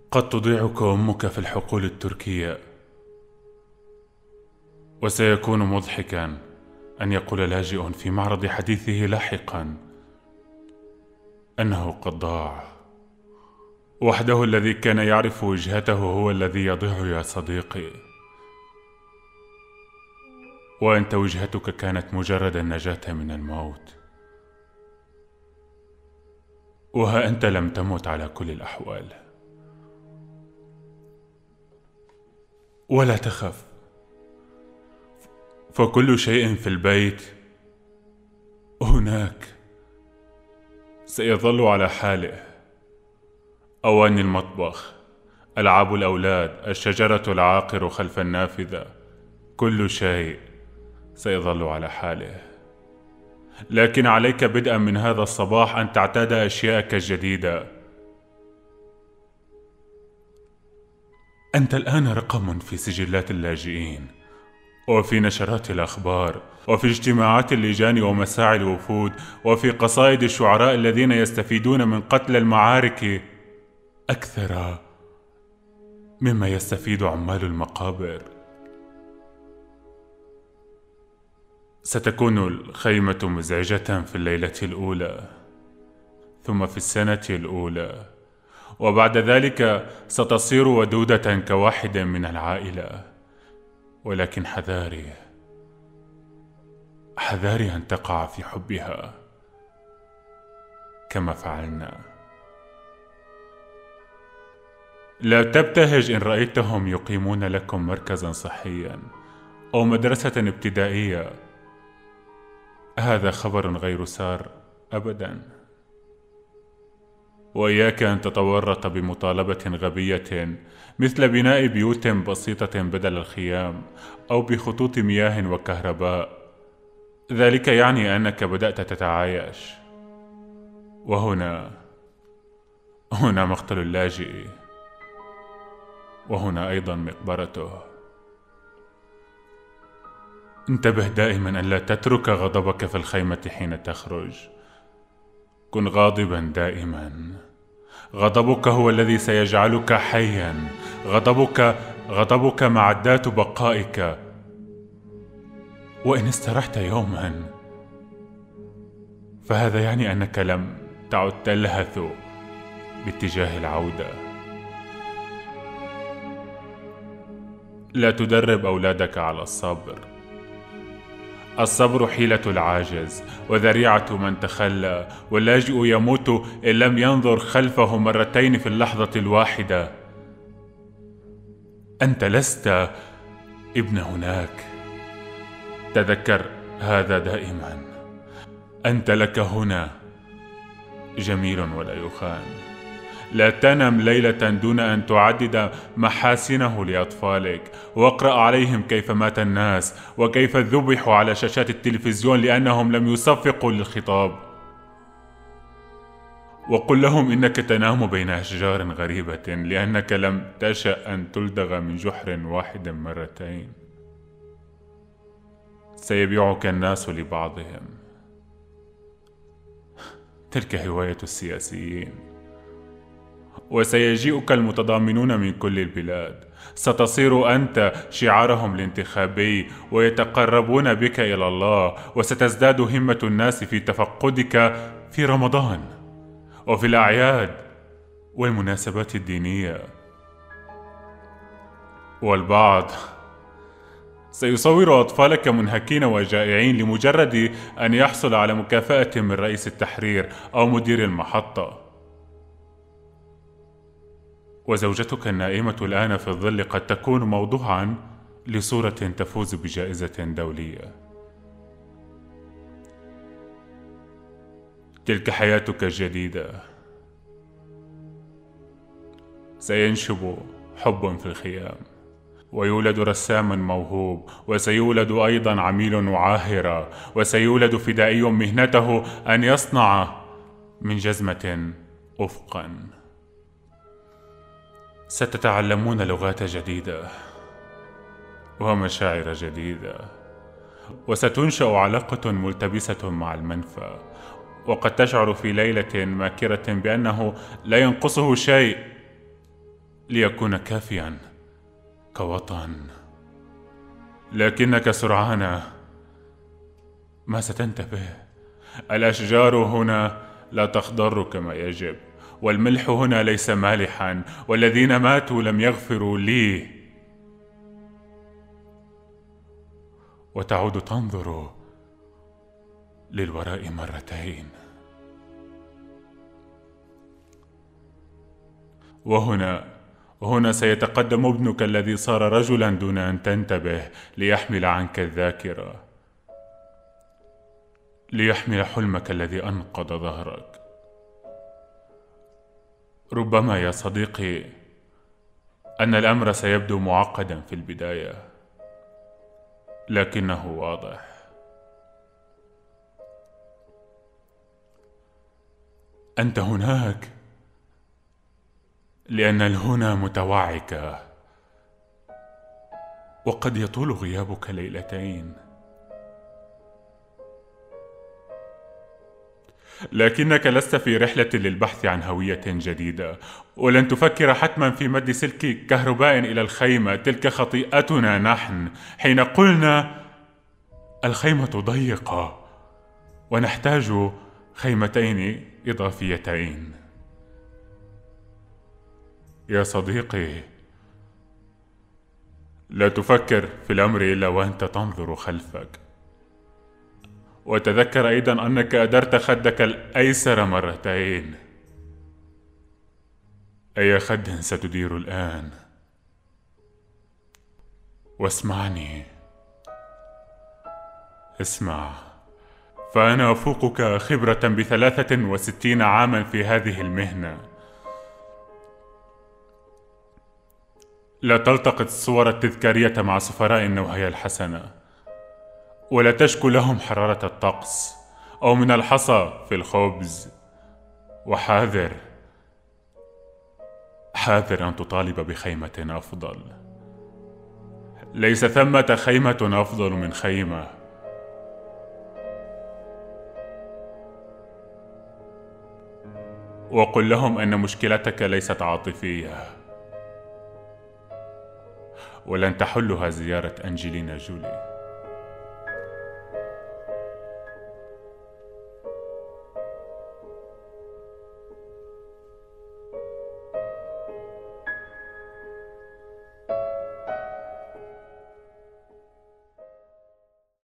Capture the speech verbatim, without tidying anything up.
قد تضيعك أمك في الحقول التركية، وسيكون مضحكا أن يقول لاجئ في معرض حديثه لاحقا أنه قد ضاع. وحده الذي كان يعرف وجهته هو الذي يضيع يا صديقي، وأنت وجهتك كانت مجرد النجاة من الموت، وها أنت لم تمت على كل الأحوال. ولا تخف، فكل شيء في البيت هناك سيظل على حاله. أواني المطبخ، ألعاب الأولاد، الشجرة العاقر خلف النافذة، كل شيء سيظل على حاله. لكن عليك بدءا من هذا الصباح أن تعتاد أشياءك الجديدة. أنت الآن رقم في سجلات اللاجئين، وفي نشرات الأخبار، وفي اجتماعات اللجان ومساعي الوفود، وفي قصائد الشعراء الذين يستفيدون من قتل المعارك أكثر مما يستفيد عمال المقابر. ستكون الخيمة مزعجة في الليلة الأولى، ثم في السنة الأولى، وبعد ذلك ستصير ودودة كواحد من العائلة. ولكن حذاري حذاري أن تقع في حبها كما فعلنا. لا تبتهج إن رأيتهم يقيمون لكم مركزا صحيا أو مدرسة ابتدائية، هذا خبر غير سار أبدا. وإياك أن تتورط بمطالبة غبية مثل بناء بيوت بسيطة بدل الخيام، أو بخطوط مياه وكهرباء. ذلك يعني أنك بدأت تتعايش. وهنا هنا مقتل اللاجئ، وهنا أيضا مقبرته. انتبه دائما أن لا تترك غضبك في الخيمة حين تخرج. كن غاضبا دائما. غضبك هو الذي سيجعلك حيا. غضبك غضبك معدات بقائك. وإن استرحت يوما فهذا يعني أنك لم تعد تلهث باتجاه العودة. لا تدرب أولادك على الصبر. الصبر حيلة العاجز وذريعة من تخلى، واللاجئ يموت إن لم ينظر خلفه مرتين في اللحظة الواحدة. أنت لست ابن هناك، تذكر هذا دائما. أنت لك هنا جميل ولا يخان. لا تنم ليلة دون أن تعدد محاسنه لأطفالك، واقرأ عليهم كيف مات الناس وكيف ذبحوا على شاشات التلفزيون لأنهم لم يصفقوا للخطاب. وقل لهم إنك تنام بين أشجار غريبة لأنك لم تشأ أن تلدغ من جحر واحد مرتين. سيبيعك الناس لبعضهم. تلك هواية السياسيين. وسيجيئك المتضامنون من كل البلاد. ستصير أنت شعارهم الانتخابي، ويتقربون بك إلى الله. وستزداد همة الناس في تفقدك في رمضان وفي الأعياد والمناسبات الدينية. والبعض سيصور أطفالك منهكين وجائعين لمجرد أن يحصل على مكافأة من رئيس التحرير أو مدير المحطة. وزوجتك النائمة الآن في الظل قد تكون موضوعا لصورة تفوز بجائزة دولية. تلك حياتك الجديدة. سينشب حب في الخيام، ويولد رسام موهوب، وسيولد أيضا عميل عاهرة، وسيولد فدائي مهنته أن يصنع من جزمة أفقا. ستتعلمون لغات جديدة ومشاعر جديدة، وستنشأ علاقة ملتبسة مع المنفى. وقد تشعر في ليلة ماكرة بأنه لا ينقصه شيء ليكون كافيا كوطن، لكنك سرعان ما ستنتبه. الأشجار هنا لا تخضر كما يجب، والملح هنا ليس مالحا، والذين ماتوا لم يغفروا لي. وتعود تنظر للوراء مرتين. وهنا هنا سيتقدم ابنك الذي صار رجلا دون أن تنتبه، ليحمل عنك الذاكرة، ليحمل حلمك الذي أنقض ظهرك. ربما يا صديقي أن الأمر سيبدو معقدا في البداية، لكنه واضح. أنت هناك لأن الهنا متوعك، وقد يطول غيابك ليلتين، لكنك لست في رحلة للبحث عن هوية جديدة، ولن تفكر حتما في مد سلك كهرباء إلى الخيمة. تلك خطيئتنا نحن حين قلنا الخيمة ضيقة ونحتاج خيمتين إضافيتين. يا صديقي، لا تفكر في الأمر إلا وأنت تنظر خلفك، وتذكر أيضا أنك أدرت خدك الأيسر مرتين. أي خد ستدير الآن؟ واسمعني، اسمع، فأنا أفوقك خبرة بثلاثة وستين عاما في هذه المهنة. لا تلتقط الصور التذكارية مع سفراء النوعية الحسنة، ولا تشكو لهم حرارة الطقس أو من الحصى في الخبز. وحاذر حاذر أن تطالب بخيمة أفضل. ليس ثمة خيمة أفضل من خيمة. وقل لهم أن مشكلتك ليست عاطفية، ولن تحلها زيارة أنجلينا جولي.